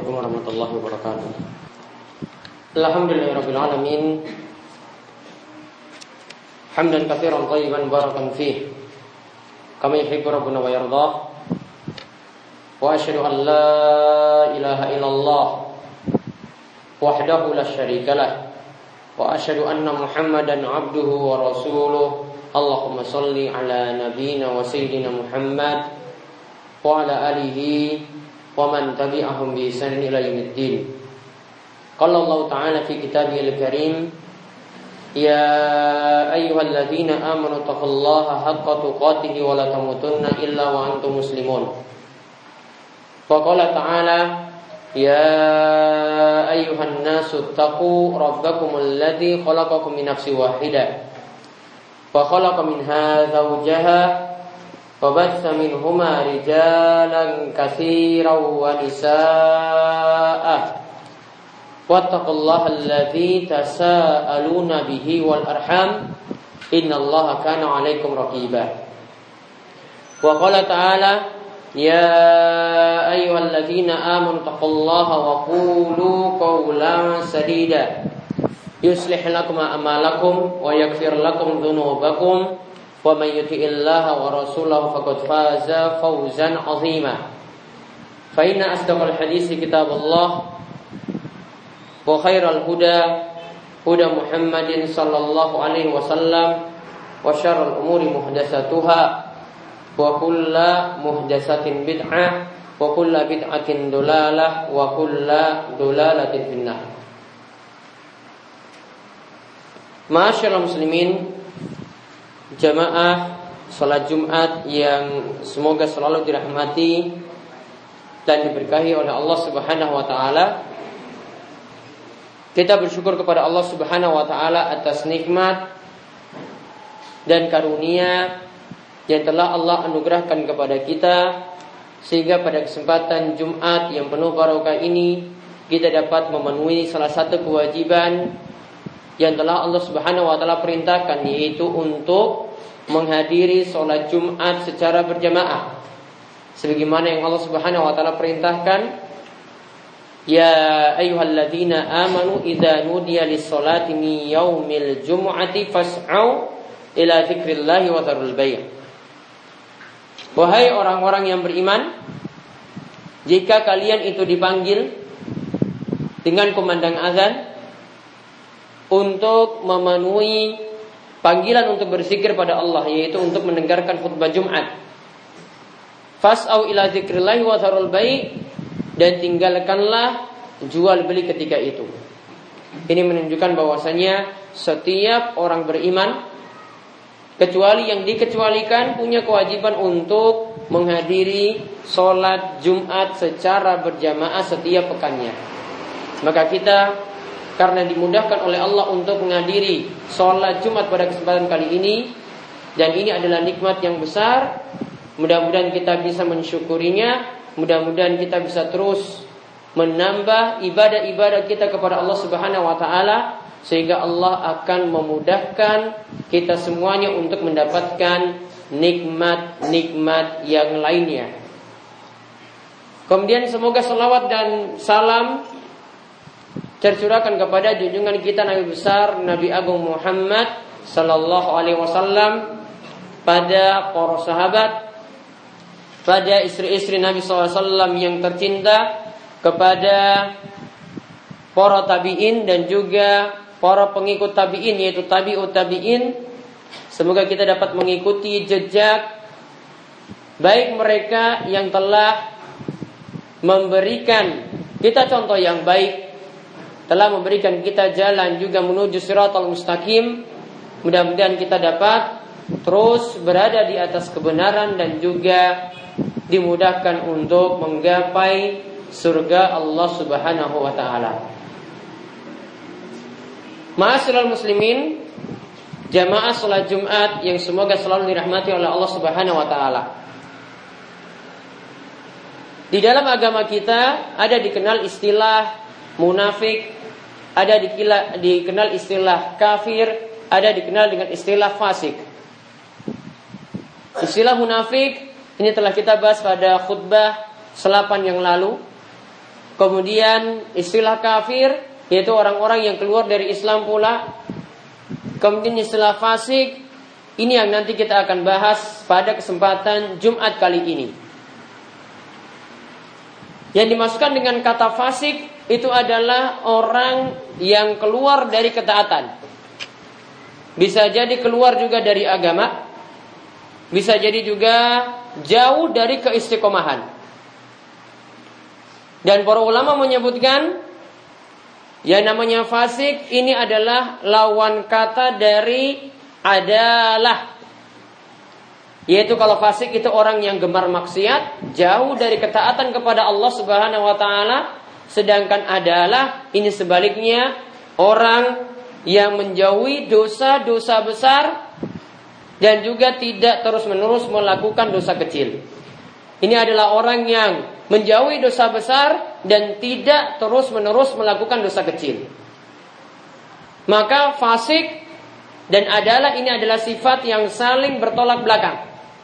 Assalamualaikum warahmatullahi wabarakatuh. Alhamdulillahirabbil alamin. Hamdan katsiran thayyiban barakan fih. Kama yuhibbu rabbuna wa yardah. Wa asyhadu an la ilaha illallah wahdahu la syarika lah. Wa asyhadu anna Muhammadan abduhu wa rasuluh. Allahumma shalli ala nabiyyina wa sayyidina Muhammad wa ala alihi wa man tabi'ahum bi ihsan ila yaumiddin. Qala Allah Ta'ala fi kitabihil karim, ya ayyuhalladzina amanu taqullaha haqqa tuqatih wa la tamutunna illa wa antum muslimun. Wa qala ta'ala, ya ayyuhan nasu taqu rabbakumul ladzi khalaqakum min nafsin wahidah wa khalaqa minha zawjaha وَبَثَّ مِنْهُمَا رِجَالًا كَثِيرًا وَنِسَاءً وَاتَّقُوا اللَّهَ الَّذِي تَسَاءَلُونَ بِهِ وَالْأَرْحَامَ إِنَّ اللَّهَ كَانَ عَلَيْكُمْ رَقِيبًا. وَقَالَ تَعَالَى يَا أَيُّهَا الَّذِينَ آمَنُوا اتَّقُوا اللَّهَ وَقُولُوا قَوْلًا سَدِيدًا يُصْلِحْ لَكُمْ أَعْمَالَكُمْ وَيَغْفِرْ لَكُمْ ذُنُوبَكُمْ وَمَن يُطِعِ اللَّهَ وَرَسُولَهُ فَقَدْ فَازَ فَوْزًا عَظِيمًا. فَإِنَّ أَصْدَقَ الْحَدِيثِ كِتَابُ اللَّهِ وَخَيْرَ الْهُدَى هُدَى مُحَمَّدٍ صلى الله عليه وسلم وشر الأمور محدثاتها وكل محدثة بدعة وكل بدعة ضلالة وكل ضلالة في النار. Ma'asyiral muslimin, jamaah salat Jumat yang semoga selalu dirahmati dan diberkahi oleh Allah Subhanahu wa taala. Kita bersyukur kepada Allah Subhanahu wa taala atas nikmat dan karunia yang telah Allah anugerahkan kepada kita, sehingga pada kesempatan Jumat yang penuh barokah ini kita dapat memenuhi salah satu kewajiban yang telah Allah Subhanahu wa taala perintahkan, yaitu untuk menghadiri sholat Jumat secara berjamaah. Sebagaimana yang Allah Subhanahu wa taala perintahkan, ya ayyuhalladzina amanu idza nudiya lis-sholati min yaumil jumu'ati fas'au ila dzikrillahi wa dzarul bai'. Wahai orang-orang yang beriman, jika kalian itu dipanggil dengan kumandang azan untuk memenuhi panggilan untuk berzikir pada Allah, yaitu untuk mendengarkan khutbah Jumat, fas'au ila dzikrillahi wa dzarul bai', dan tinggalkanlah jual beli ketika itu. Ini menunjukkan bahwasanya setiap orang beriman, kecuali yang dikecualikan, punya kewajiban untuk menghadiri sholat Jumat secara berjamaah setiap pekannya. Maka kita, karena dimudahkan oleh Allah untuk menghadiri sholat Jumat pada kesempatan kali ini, dan ini adalah nikmat yang besar, mudah-mudahan kita bisa mensyukurinya. Mudah-mudahan kita bisa terus menambah ibadah-ibadah kita kepada Allah Subhanahu wa taala, sehingga Allah akan memudahkan kita semuanya untuk mendapatkan nikmat-nikmat yang lainnya. Kemudian semoga salawat dan salam tercurahkan kepada junjungan kita Nabi besar Nabi Agung Muhammad sallallahu alaihi wasallam, pada para sahabat, pada istri-istri Nabi sallallahu alaihi wasallam yang tercinta, kepada para tabi'in dan juga para pengikut tabi'in, yaitu tabi'ut tabi'in. Semoga kita dapat mengikuti jejak baik mereka yang telah memberikan kita contoh yang baik, telah memberikan kita jalan juga menuju siratal mustaqim. Mudah-mudahan kita dapat terus berada di atas kebenaran dan juga dimudahkan untuk menggapai surga Allah Subhanahu wa taala. Ma'asyiral muslimin, jamaah salat Jumat yang semoga selalu dirahmati oleh Allah Subhanahu wa taala. Di dalam agama kita ada dikenal istilah munafik, ada dikenal istilah kafir, ada dikenal dengan istilah fasik. Istilah munafik ini telah kita bahas pada khutbah selapan yang lalu. Kemudian istilah kafir, yaitu orang-orang yang keluar dari Islam pula. Kemudian istilah fasik, ini yang nanti kita akan bahas pada kesempatan Jumat kali ini. Yang dimasukkan dengan kata fasik itu adalah orang yang keluar dari ketaatan. Bisa jadi keluar juga dari agama, bisa jadi juga jauh dari keistiqomahan. Dan para ulama menyebutkan yang namanya fasik ini adalah lawan kata dari adalah. Yaitu kalau fasik itu orang yang gemar maksiat, jauh dari ketaatan kepada Allah Subhanahu wa taala, sedangkan adalah ini sebaliknya, orang yang menjauhi dosa-dosa besar dan juga tidak terus-menerus melakukan dosa kecil. Ini adalah orang yang menjauhi dosa besar dan tidak terus-menerus melakukan dosa kecil. Maka fasik dan adalah ini adalah sifat yang saling bertolak belakang.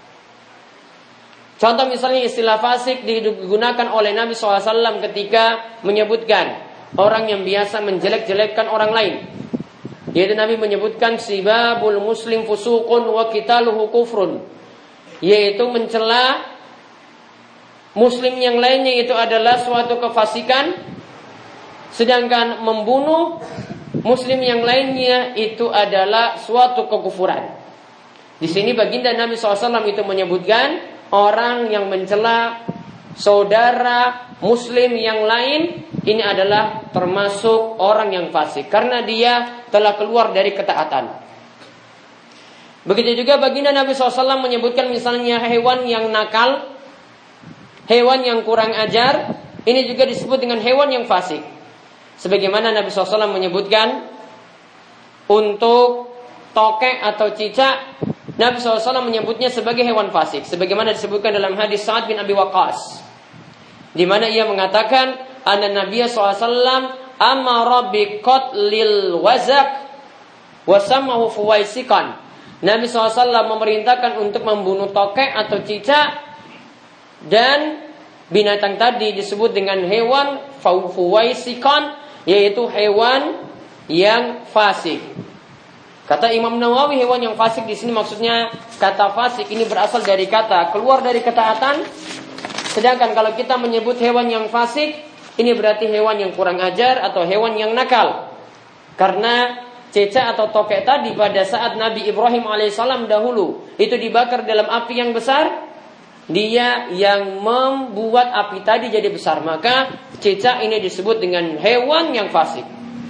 Contoh misalnya istilah fasik digunakan oleh Nabi SAW ketika menyebutkan orang yang biasa menjelek-jelekkan orang lain. Yaitu Nabi menyebutkan sibabul muslim fusuqun wa qitaluhu kufrun. Yaitu mencela muslim yang lainnya itu adalah suatu kefasikan, sedangkan membunuh muslim yang lainnya itu adalah suatu kekufuran. Di sini baginda Nabi SAW itu menyebutkan orang yang mencela saudara muslim yang lain ini adalah termasuk orang yang fasik karena dia telah keluar dari ketaatan. Begitu juga baginda Nabi SAW menyebutkan misalnya hewan yang nakal, hewan yang kurang ajar, ini juga disebut dengan hewan yang fasik. Sebagaimana Nabi SAW menyebutkan untuk tokek atau cicak, Nabi SAW menyebutnya sebagai hewan fasik. Sebagaimana disebutkan dalam hadis Sa'ad bin Abi Waqqas, di mana ia mengatakan, anna Nabiya SAW amara bi qatlil wazak wa sammahu fuwaisikan. Nabi SAW memerintahkan untuk membunuh tokek atau cicak, dan binatang tadi disebut dengan hewan fuwaisikan, yaitu hewan yang fasik. Kata Imam Nawawi, hewan yang fasik di sini maksudnya kata fasik ini berasal dari kata keluar dari ketaatan. Sedangkan kalau kita menyebut hewan yang fasik, ini berarti hewan yang kurang ajar atau hewan yang nakal. Karena cicak atau tokek tadi pada saat Nabi Ibrahim alaihissalam dahulu itu dibakar dalam api yang besar, dia yang membuat api tadi jadi besar. Maka cicak ini disebut dengan hewan yang fasik.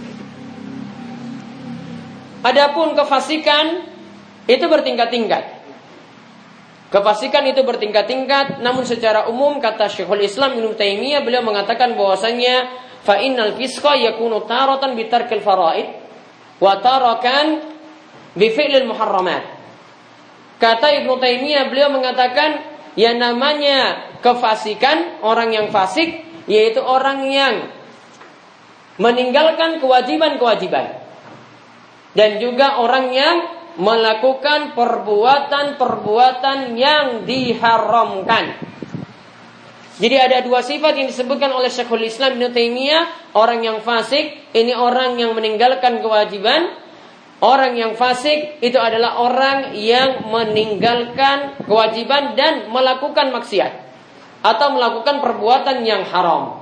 Adapun kefasikan itu bertingkat-tingkat. Kefasikan itu bertingkat-tingkat, namun secara umum kata Syekhul Islam Ibnu Taimiyah, beliau mengatakan bahwasanya fa innal fisqa yakunu taratan bi tarkil faraid wa tarakan bi fi'lil muharramat. Kata Ibnu Taimiyah, beliau mengatakan yang namanya kefasikan, orang yang fasik yaitu orang yang meninggalkan kewajiban-kewajiban dan juga orang yang melakukan perbuatan-perbuatan yang diharamkan. Jadi ada dua sifat yang disebutkan oleh Syekhul Islam Ibnu Taimiyah. Orang yang fasik ini orang yang meninggalkan kewajiban. Orang yang fasik itu adalah orang yang meninggalkan kewajiban dan melakukan maksiat atau melakukan perbuatan yang haram.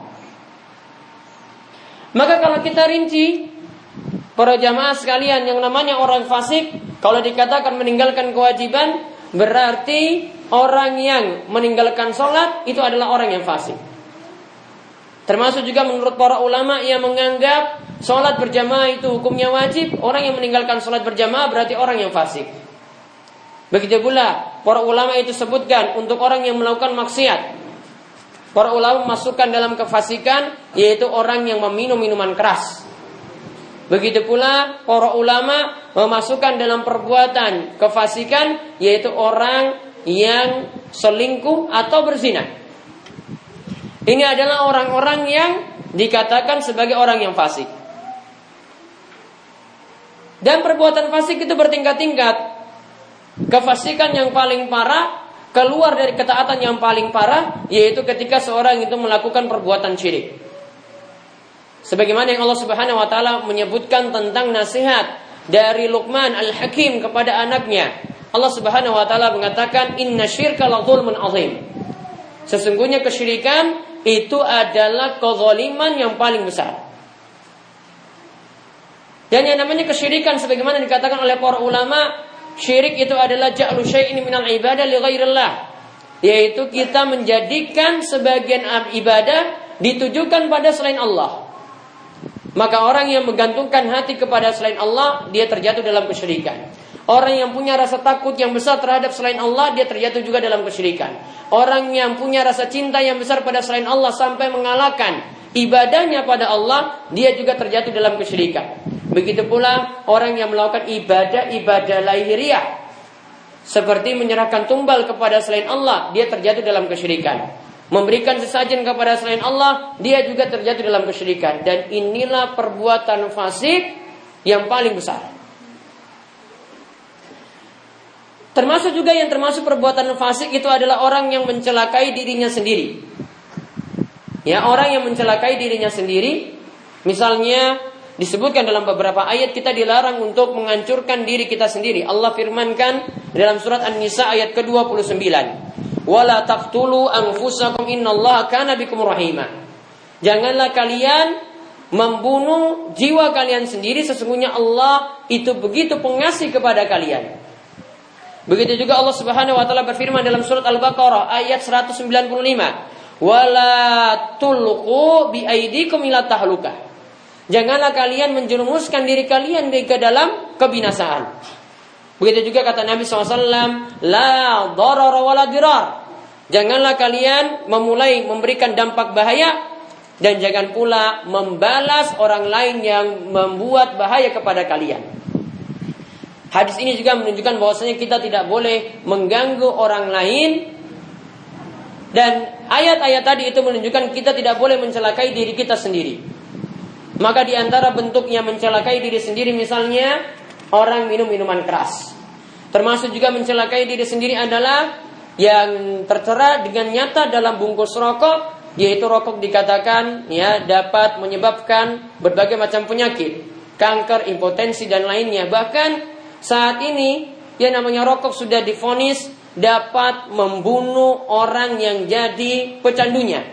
Maka kalau kita rinci, para jamaah sekalian, yang namanya orang fasik, kalau dikatakan meninggalkan kewajiban, berarti orang yang meninggalkan sholat itu adalah orang yang fasik. Termasuk juga menurut para ulama yang menganggap sholat berjamaah itu hukumnya wajib. Orang yang meninggalkan sholat berjamaah berarti orang yang fasik. Begitu pula para ulama itu sebutkan untuk orang yang melakukan maksiat. Para ulama masukkan dalam kefasikan, yaitu orang yang meminum minuman keras. Begitu pula para ulama memasukkan dalam perbuatan kefasikan, yaitu orang yang selingkuh atau berzina. Ini adalah orang-orang yang dikatakan sebagai orang yang fasik. Dan perbuatan fasik itu bertingkat-tingkat. Kefasikan yang paling parah, keluar dari ketaatan yang paling parah, yaitu ketika seorang itu melakukan perbuatan syirik. Sebagaimana yang Allah Subhanahu wa taala menyebutkan tentang nasihat dari Luqman Al-Hakim kepada anaknya. Allah Subhanahu wa taala mengatakan inna syirka la dzulmun azim. Sesungguhnya kesyirikan itu adalah kezaliman yang paling besar. Dan yang namanya kesyirikan sebagaimana dikatakan oleh para ulama, syirik itu adalah ja'lu syai'in minal ibadah li ghairillah, yaitu kita menjadikan sebagian ibadah ditujukan pada selain Allah. Maka orang yang menggantungkan hati kepada selain Allah, dia terjatuh dalam kesyirikan. Orang yang punya rasa takut yang besar terhadap selain Allah, dia terjatuh juga dalam kesyirikan. Orang yang punya rasa cinta yang besar pada selain Allah sampai mengalahkan ibadahnya pada Allah, dia juga terjatuh dalam kesyirikan. Begitu pula orang yang melakukan ibadah lahiriah, seperti menyerahkan tumbal kepada selain Allah, dia terjatuh dalam kesyirikan. Memberikan sesajen kepada selain Allah, dia juga terjatuh dalam kesyirikan. Dan inilah perbuatan fasik yang paling besar. Termasuk juga yang termasuk perbuatan fasik itu adalah orang yang mencelakai dirinya sendiri. Ya, orang yang mencelakai dirinya sendiri. Misalnya disebutkan dalam beberapa ayat kita dilarang untuk menghancurkan diri kita sendiri. Allah firmankan dalam surat An-Nisa ayat ke-29. Wala taqtulu anfusakum innallaha kana bikum rahima. Janganlah kalian membunuh jiwa kalian sendiri, sesungguhnya Allah itu begitu pengasih kepada kalian. Begitu juga Allah Subhanahu wa taala berfirman dalam surat Al-Baqarah ayat 195. Wala tulqu biaidikum ila tahlukah. Janganlah kalian menjerumuskan diri kalian ke dalam kebinasaan. Begitu juga kata Nabi SAW, la darara wala dirar. Janganlah kalian memulai memberikan dampak bahaya, dan jangan pula membalas orang lain yang membuat bahaya kepada kalian. Hadis ini juga menunjukkan bahwasanya kita tidak boleh mengganggu orang lain. Dan ayat-ayat tadi itu menunjukkan kita tidak boleh mencelakai diri kita sendiri. Maka di antara bentuknya mencelakai diri sendiri, misalnya orang minum minuman keras. Termasuk juga mencelakai diri sendiri adalah yang tertera dengan nyata dalam bungkus rokok, yaitu rokok dikatakan ya dapat menyebabkan berbagai macam penyakit, kanker, impotensi dan lainnya. Bahkan saat ini yang namanya rokok sudah divonis dapat membunuh orang yang jadi pecandunya.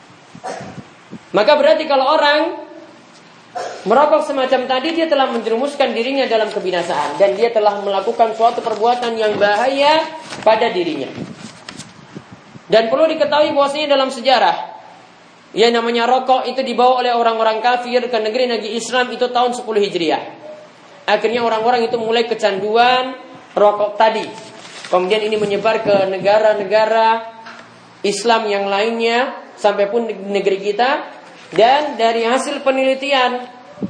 Maka berarti kalau orang merokok semacam tadi, dia telah menjerumuskan dirinya dalam kebinasaan, dan dia telah melakukan suatu perbuatan yang bahaya pada dirinya. Dan perlu diketahui bahwasanya dalam sejarah, yang namanya rokok itu dibawa oleh orang-orang kafir ke negeri-negeri Islam itu tahun 10 Hijriah. Akhirnya orang-orang itu mulai kecanduan rokok tadi. Kemudian ini menyebar ke negara-negara Islam yang lainnya, sampai pun di negeri kita. Dan dari hasil penelitian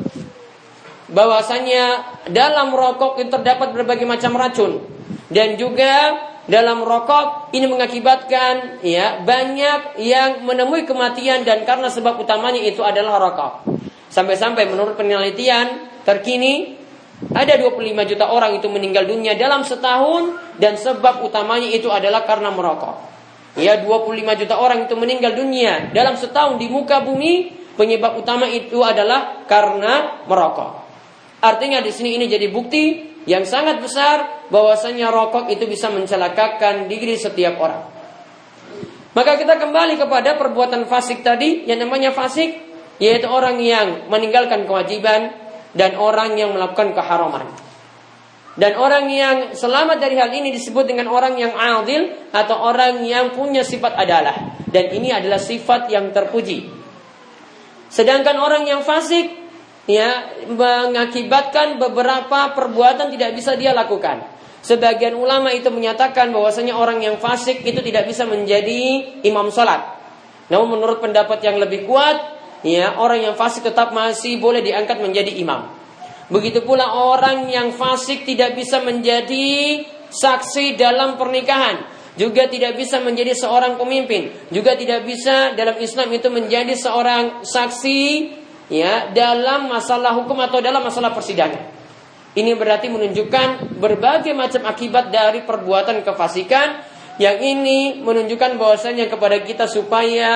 bahwasanya dalam rokok itu terdapat berbagai macam racun, dan juga dalam rokok ini mengakibatkan ya banyak yang menemui kematian, dan karena sebab utamanya itu adalah rokok. Sampai-sampai menurut penelitian terkini ada 25 juta orang itu meninggal dunia dalam setahun, dan sebab utamanya itu adalah karena merokok. Ya, 25 juta orang itu meninggal dunia dalam setahun di muka bumi, penyebab utama itu adalah karena merokok. Artinya di sini ini jadi bukti yang sangat besar bahwasanya rokok itu bisa mencelakakan diri setiap orang. Maka kita kembali kepada perbuatan fasik tadi. Yang namanya fasik yaitu orang yang meninggalkan kewajiban dan orang yang melakukan keharaman. Dan orang yang selamat dari hal ini disebut dengan orang yang adil atau orang yang punya sifat adalah. Dan ini adalah sifat yang terpuji. Sedangkan orang yang fasik ya mengakibatkan beberapa perbuatan tidak bisa dia lakukan. Sebagian ulama itu menyatakan bahwasanya orang yang fasik itu tidak bisa menjadi imam sholat. Namun menurut pendapat yang lebih kuat, ya orang yang fasik tetap masih boleh diangkat menjadi imam. Begitu pula orang yang fasik tidak bisa menjadi saksi dalam pernikahan, juga tidak bisa menjadi seorang pemimpin, juga tidak bisa dalam Islam itu menjadi seorang saksi ya dalam masalah hukum atau dalam masalah persidangan. Ini berarti menunjukkan berbagai macam akibat dari perbuatan kefasikan, yang ini menunjukkan bahwasanya kepada kita supaya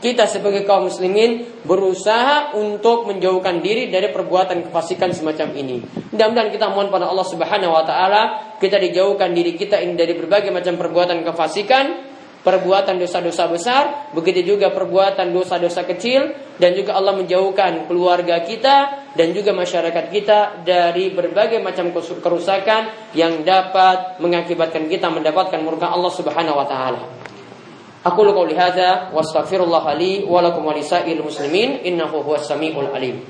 kita sebagai kaum muslimin berusaha untuk menjauhkan diri dari perbuatan kefasikan semacam ini. Mudah-mudahan kita mohon pada Allah Subhanahu wa taala kita dijauhkan diri kita ini dari berbagai macam perbuatan kefasikan, perbuatan dosa-dosa besar, begitu juga perbuatan dosa-dosa kecil, dan juga Allah menjauhkan keluarga kita dan juga masyarakat kita dari berbagai macam kerusakan yang dapat mengakibatkan kita mendapatkan murka Allah Subhanahu wa taala. Aku qouli hadza wa astaghfirullah li wa lakum wa lisa'il muslimin innahu huwas samiul alim.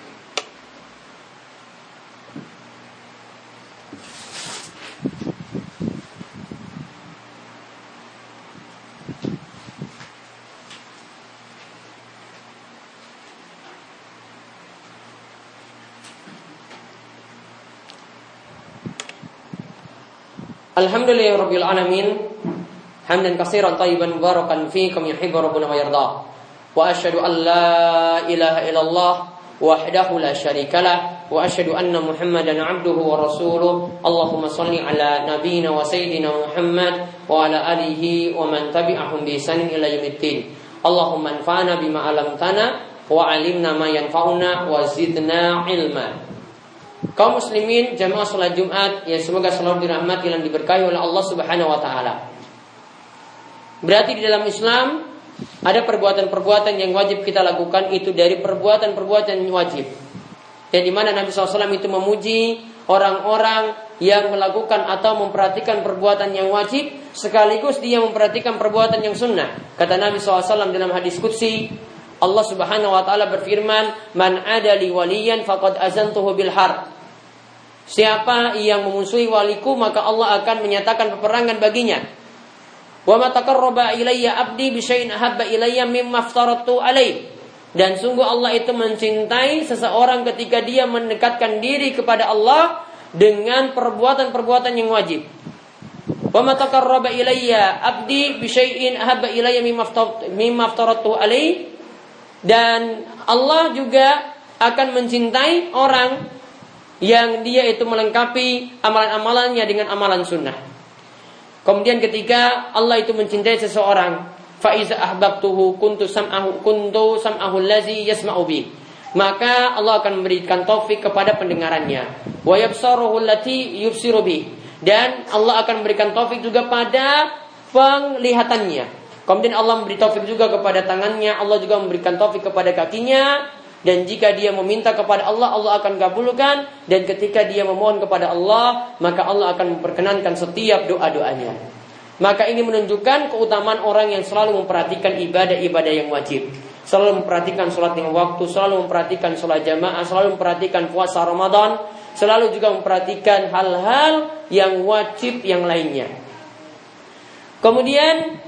Alhamdulillahirabbil alamin. Hamdan katsiran thayyiban mubarakan fi kama yuhibbu rabbuna wa yarda. Wa asyhadu an la ilaha illallah wahdahu la syarikalah wa asyhadu anna Muhammadan 'abduhu wa rasuluh. Allahumma shalli ala nabiyyina wa sayyidina Muhammad wa ala alihi wa man tabi'ahum bi ihsanin ila yaumiddin. Allahumma anfa'na bima 'allamtana wa 'allimna ma yanfa'una wa zidna ilma. Kaum muslimin jamaah salat Jumat yang semoga selalu dirahmati dan diberkahi oleh Allah Subhanahu wa taala. Berarti di dalam Islam ada perbuatan-perbuatan yang wajib kita lakukan, itu dari perbuatan-perbuatan yang wajib. Dan di mana Nabi SAW itu memuji orang-orang yang melakukan atau memperhatikan perbuatan yang wajib sekaligus dia memperhatikan perbuatan yang sunnah. Kata Nabi SAW dalam hadis qudsi, Allah Subhanahu wa taala berfirman, "Man adali waliyan faqad azantuhu bil harb." Siapa yang memusuhi waliku maka Allah akan menyatakan peperangan baginya. Wa ma taqarraba ilayya 'abdi bi syai'in ahabba ilayya mimma aftaratu alaihi. Dan sungguh Allah itu mencintai seseorang ketika dia mendekatkan diri kepada Allah dengan perbuatan-perbuatan yang wajib. Wa ma taqarraba ilayya 'abdi bi syai'in ahabba ilayya mimma aftaratu alaihi. Dan Allah juga akan mencintai orang yang dia itu melengkapi amalan-amalannya dengan amalan sunnah. Kemudian ketika Allah itu mencintai seseorang, fa iza ahbabtuhu kuntu sam'ahu allazi yasma'u bi. Maka Allah akan memberikan taufik kepada pendengarannya. Wa yabsaruhu allati yubsiru bi. Dan Allah akan memberikan taufik juga pada penglihatannya. Kemudian Allah memberi taufik juga kepada tangannya, Allah juga memberikan taufik kepada kakinya. Dan jika dia meminta kepada Allah, Allah akan kabulkan. Dan ketika dia memohon kepada Allah, maka Allah akan memperkenankan setiap doa-doanya. Maka ini menunjukkan keutamaan orang yang selalu memperhatikan ibadah-ibadah yang wajib, selalu memperhatikan sholat yang waktu, selalu memperhatikan sholat jamaah, selalu memperhatikan puasa Ramadan, selalu juga memperhatikan hal-hal yang wajib yang lainnya. Kemudian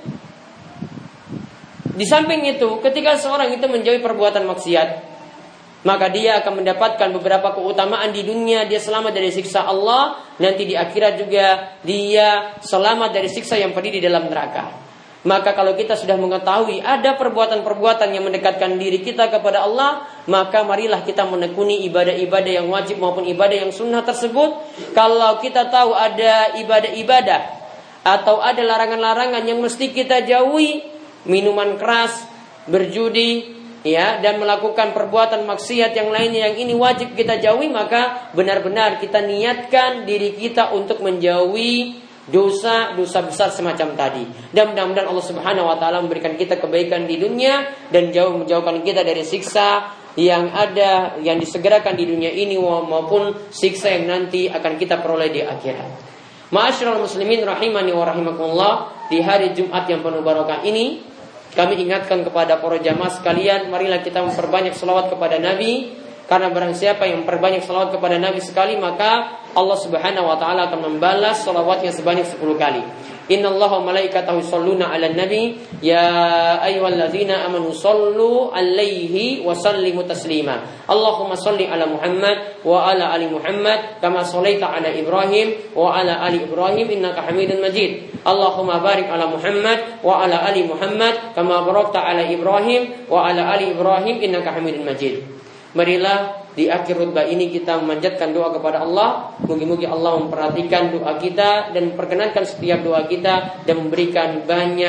di samping itu, ketika seorang itu menjauhi perbuatan maksiat, maka dia akan mendapatkan beberapa keutamaan di dunia. Dia selamat dari siksa Allah. Nanti di akhirat juga dia selamat dari siksa yang pedih di dalam neraka. Maka kalau kita sudah mengetahui ada perbuatan-perbuatan yang mendekatkan diri kita kepada Allah, maka marilah kita menekuni ibadah-ibadah yang wajib maupun ibadah yang sunnah tersebut. Kalau kita tahu ada ibadah-ibadah atau ada larangan-larangan yang mesti kita jauhi, minuman keras, berjudi, ya, dan melakukan perbuatan maksiat yang lainnya yang ini wajib kita jauhi, maka benar-benar kita niatkan diri kita untuk menjauhi dosa-dosa besar semacam tadi. Dan mudah-mudahan Allah Subhanahu wa taala memberikan kita kebaikan di dunia dan menjauhkan kita dari siksa yang ada, yang disegerakan di dunia ini maupun siksa yang nanti akan kita peroleh di akhirat. Ma'asyiral muslimin rahimani wa rahimakumullah, di hari Jumat yang penuh barokah ini kami ingatkan kepada para jamaah sekalian, marilah kita memperbanyak selawat kepada Nabi. Karena barang siapa yang memperbanyak selawat kepada Nabi sekali, maka Allah Subhanahu wa taala akan membalas selawatnya sebanyak 10 kali. Innallaha wa malaikatahu yusholluna 'alan nabi ya ayyuhalladzina amanu shollu 'alaihi wa sallimu taslima. Allahumma shalli 'ala Muhammad wa 'ala ali Muhammad kama shallaita 'ala Ibrahim wa 'ala ali Ibrahim innaka Hamidum Majid. Allahumma barik 'ala Muhammad wa 'ala ali Muhammad kama barakta 'ala Ibrahim wa 'ala ali Ibrahim innaka Hamidum Majid. Marilah di akhir khutbah ini kita memanjatkan doa kepada Allah. Mugi-mugi Allah memperhatikan doa kita dan memperkenankan setiap doa kita dan memberikan banyak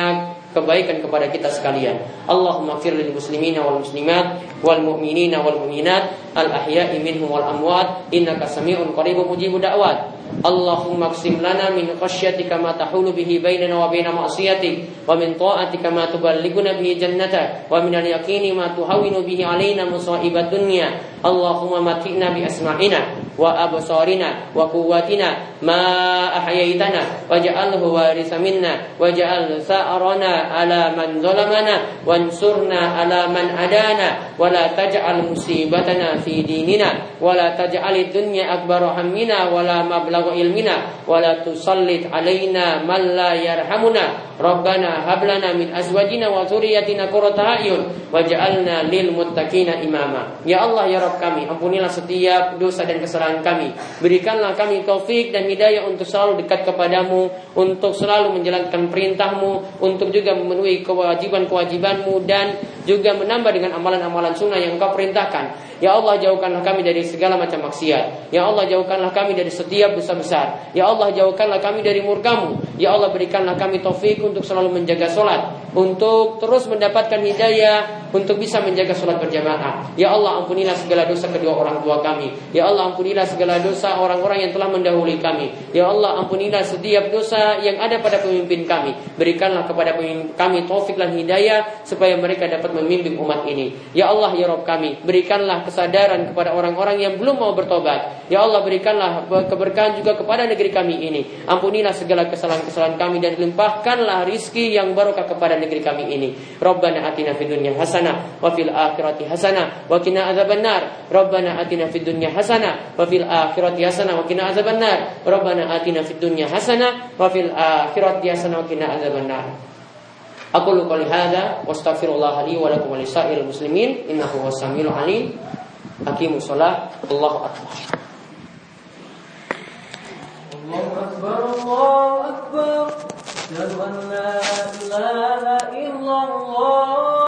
kebaikan kepada kita sekalian. Allahumma fir lil muslimina wal muslimat wal mu'minina wal mu'minat al ahya'i minhum wal amwat innaka sami'un qaribun mujibud da'wat. Allahumma qsim lana min khasyatika ma tahulu bihi bainana wa baina ma'siyatik wa min ta'atika ma tuballighuna bihi jannatak wa min al-yaqini ma tuhawwinu bihi alaina musa'ibad dunya. Allahumma matina bi asma'ina wa absarina wa quwwatina ma ahyaitana waj'alhu waritha minna waj'al sa'rana ala man zalamana wansurna ala man adana wa la taj'al musibatana fi dinina wa la taj'alid dunya akbar hammina wa la mablagha ilmina wa la tusallit alaina man la yarhamuna. Rabbana hab lana min azwajina wa dzurriyyatina qurrata a'yun waj'alna lil muttaqina imama. Ya Allah ya Rabb kami, ampunilah setiap dosa dan kesalahan kami. Berikanlah kami taufik dan hidayah untuk selalu dekat kepadamu, untuk selalu menjalankan perintahmu, untuk juga memenuhi kewajiban-kewajibanmu dan juga menambah dengan amalan-amalan sunnah yang Engkau perintahkan. Ya Allah, jauhkanlah kami dari segala macam maksiat. Ya Allah, jauhkanlah kami dari setiap dosa besar. Ya Allah, jauhkanlah kami dari murka-Mu. Ya Allah, berikanlah kami taufik untuk selalu menjaga solat, untuk terus mendapatkan hidayah, untuk bisa menjaga solat berjamaah. Ya Allah, ampunilah segala dosa kedua orang tua kami. Ya Allah, ampunilah segala dosa orang-orang yang telah mendahului kami. Ya Allah, ampunilah setiap dosa yang ada pada pemimpin kami. Berikanlah kepada pemimpin kami taufik dan hidayah supaya mereka dapat memimpin umat ini. Ya Allah ya Rabb kami, berikanlah kesadaran kepada orang-orang yang belum mau bertobat. Ya Allah, berikanlah keberkahan juga kepada negeri kami ini. Ampunilah segala kesalahan-kesalahan kami dan limpahkanlah rizki yang barokah kepada negeri kami ini. Rabbana atina fid dunya hasanah wa fil akhirati hasanah wa qina adzabannar. Rabbana atina fid dunya hasanah wa fil akhirati hasanah wa qina adzabannar. Rabbana atina fid dunya hasanah wa fil akhirati hasanah wa qina adzabannar. Aqulu qouli hadza wa astaghfirullah li wa lakum wa lisa'iril muslimin innahu was-sami'ul 'alim. Aqimus shalah. Allahu akbar. Allahu akbar. Allahu akbar. Asyhadu an la ilaha illallah.